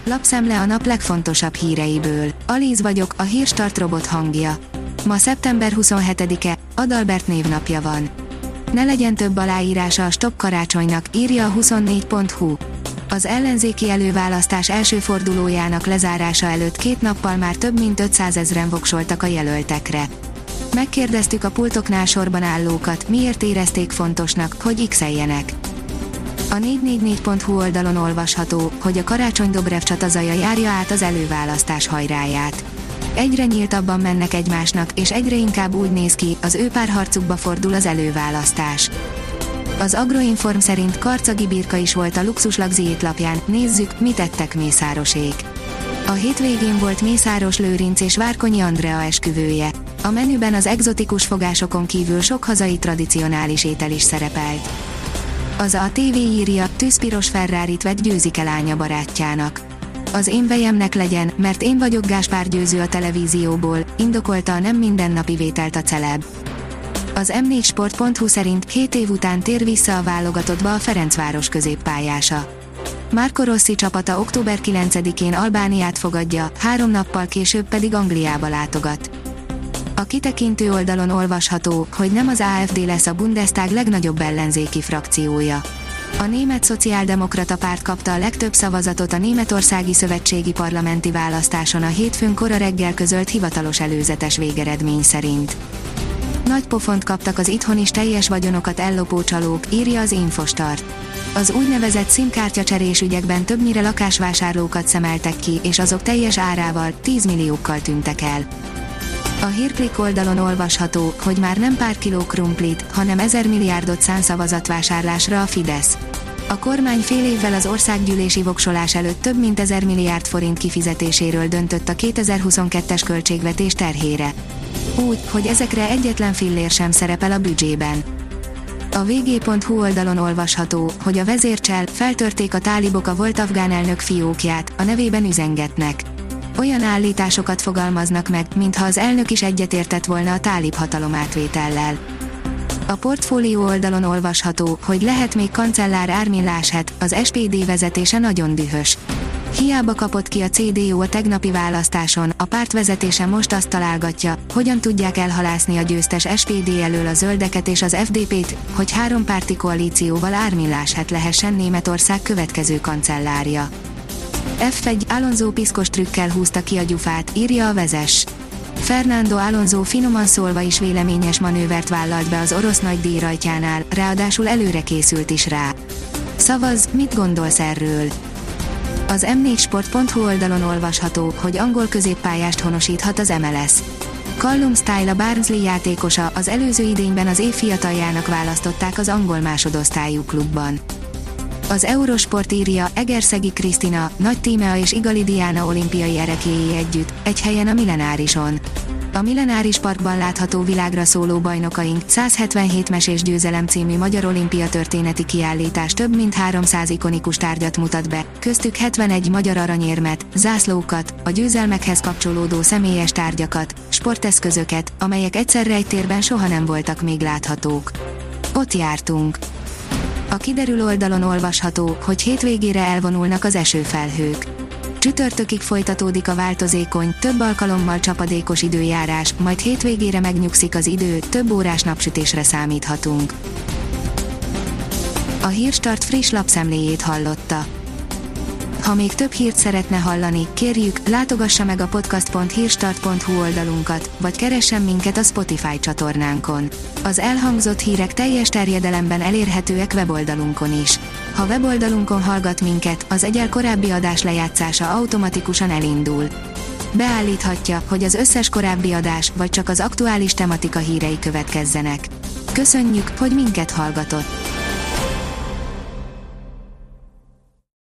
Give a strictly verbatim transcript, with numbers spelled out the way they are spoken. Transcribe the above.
Lapszemle a nap legfontosabb híreiből. Alíz vagyok, a Hírstart robot hangja. Ma szeptember huszonhetedike, Adalbert névnapja van. Ne legyen több aláírása a Stop karácsonynak, írja a huszonnégy pont hu. Az ellenzéki előválasztás első fordulójának lezárása előtt két nappal már több mint ötszázezren voksoltak a jelöltekre. Megkérdeztük a pultoknál sorban állókat, miért érezték fontosnak, hogy x-eljenek. A négy négy négy pont hu oldalon olvasható, hogy a Karácsony-Dobrev csatazaja járja át az előválasztás hajráját. Egyre nyíltabban mennek egymásnak, és egyre inkább úgy néz ki, az ő párharcukba fordul az előválasztás. Az Agroinform szerint Karcagi Birka is volt a Luxuslagzi étlapján, nézzük, mit ettek Mészárosék. A hétvégén volt Mészáros Lőrinc és Várkonyi Andrea esküvője. A menüben az egzotikus fogásokon kívül sok hazai tradicionális étel is szerepelt. Az á té vé írja, tűzpiros Ferrarit vett Győzike lánya barátjának. Az én vejemnek legyen, mert én vagyok Gáspár Győző a televízióból, indokolta a nem mindennapi vételt a celeb. Az em négy sport pont hu szerint hét év után tér vissza a válogatottba a Ferencváros középpályása. Marco Rossi csapata október kilencedikén Albániát fogadja, három nappal később pedig Angliába látogat. A kitekintő oldalon olvasható, hogy nem az á ef dé lesz a Bundestag legnagyobb ellenzéki frakciója. A német szociáldemokrata párt kapta a legtöbb szavazatot a németországi szövetségi parlamenti választáson a hétfőn kora reggel közölt hivatalos előzetes végeredmény szerint. Nagy pofont kaptak az itthon is teljes vagyonokat ellopó csalók, írja az Infostart. Az úgynevezett SIM-kártya-cserés ügyekben többnyire lakásvásárlókat szemeltek ki, és azok teljes árával, tíz milliókkal tűntek el. A Hírklik oldalon olvasható, hogy már nem pár kiló krumplit, hanem ezer milliárdot szán szavazatvásárlásra a Fidesz. A kormány fél évvel az országgyűlési voksolás előtt több mint ezer milliárd forint kifizetéséről döntött a kétezer-huszonkettes költségvetés terhére. Úgy, hogy ezekre egyetlen fillér sem szerepel a büdzsében. A vé gé pont hu oldalon olvasható, hogy a vezércsel feltörték a tálibok a volt afgán elnök fiókját, a nevében üzengetnek. Olyan állításokat fogalmaznak meg, mintha az elnök is egyetértett volna a tálib hatalomátvétellel. A portfólió oldalon olvasható, hogy lehet még kancellár Armin Laschet, az es pé dé vezetése nagyon dühös. Hiába kapott ki a cé dé u a tegnapi választáson, a párt vezetése most azt találgatja, hogyan tudják elhalászni a győztes es pé dé elől a zöldeket és az ef dé pét, hogy hárompárti koalícióval Armin Laschet lehessen Németország következő kancellárja. ef egy Alonso piszkos trükkel húzta ki a gyufát, írja a Vezes. Fernando Alonso finoman szólva is véleményes manővert vállalt be az orosz nagydíj rajtjánál, ráadásul előre készült is rá. Szavazz, mit gondolsz erről? Az em négy sport pont hu oldalon olvasható, hogy angol középpályást honosíthat az em el es. Callum Style a Barnsley játékosa, az előző idényben az év fiataljának választották az angol másodosztályú klubban. Az Eurosport írja, Egerszegi Krisztina, Nagy Tímea és Igali Diana olimpiai ereklyéi együtt, egy helyen a Millenárison. A Millenáris Parkban látható világra szóló bajnokaink százhetvenhét mesés győzelem című magyar olimpia történeti kiállítás több mint háromszáz ikonikus tárgyat mutat be, köztük hetvenegy magyar aranyérmet, zászlókat, a győzelmekhez kapcsolódó személyes tárgyakat, sporteszközöket, amelyek egyszerre egy térben soha nem voltak még láthatók. Ott jártunk. A kiderül oldalon olvasható, hogy hétvégére elvonulnak az esőfelhők. Csütörtökig folytatódik a változékony, több alkalommal csapadékos időjárás, majd hétvégére megnyugszik az idő, több órás napsütésre számíthatunk. A Hírstart friss lapszemléjét hallotta. Ha még több hírt szeretne hallani, kérjük, látogassa meg a podcast pont hírstart pont hu oldalunkat, vagy keressen minket a Spotify csatornánkon. Az elhangzott hírek teljes terjedelemben elérhetőek weboldalunkon is. Ha weboldalunkon hallgat minket, az egyel korábbi adás lejátszása automatikusan elindul. Beállíthatja, hogy az összes korábbi adás, vagy csak az aktuális tematika hírei következzenek. Köszönjük, hogy minket hallgatott!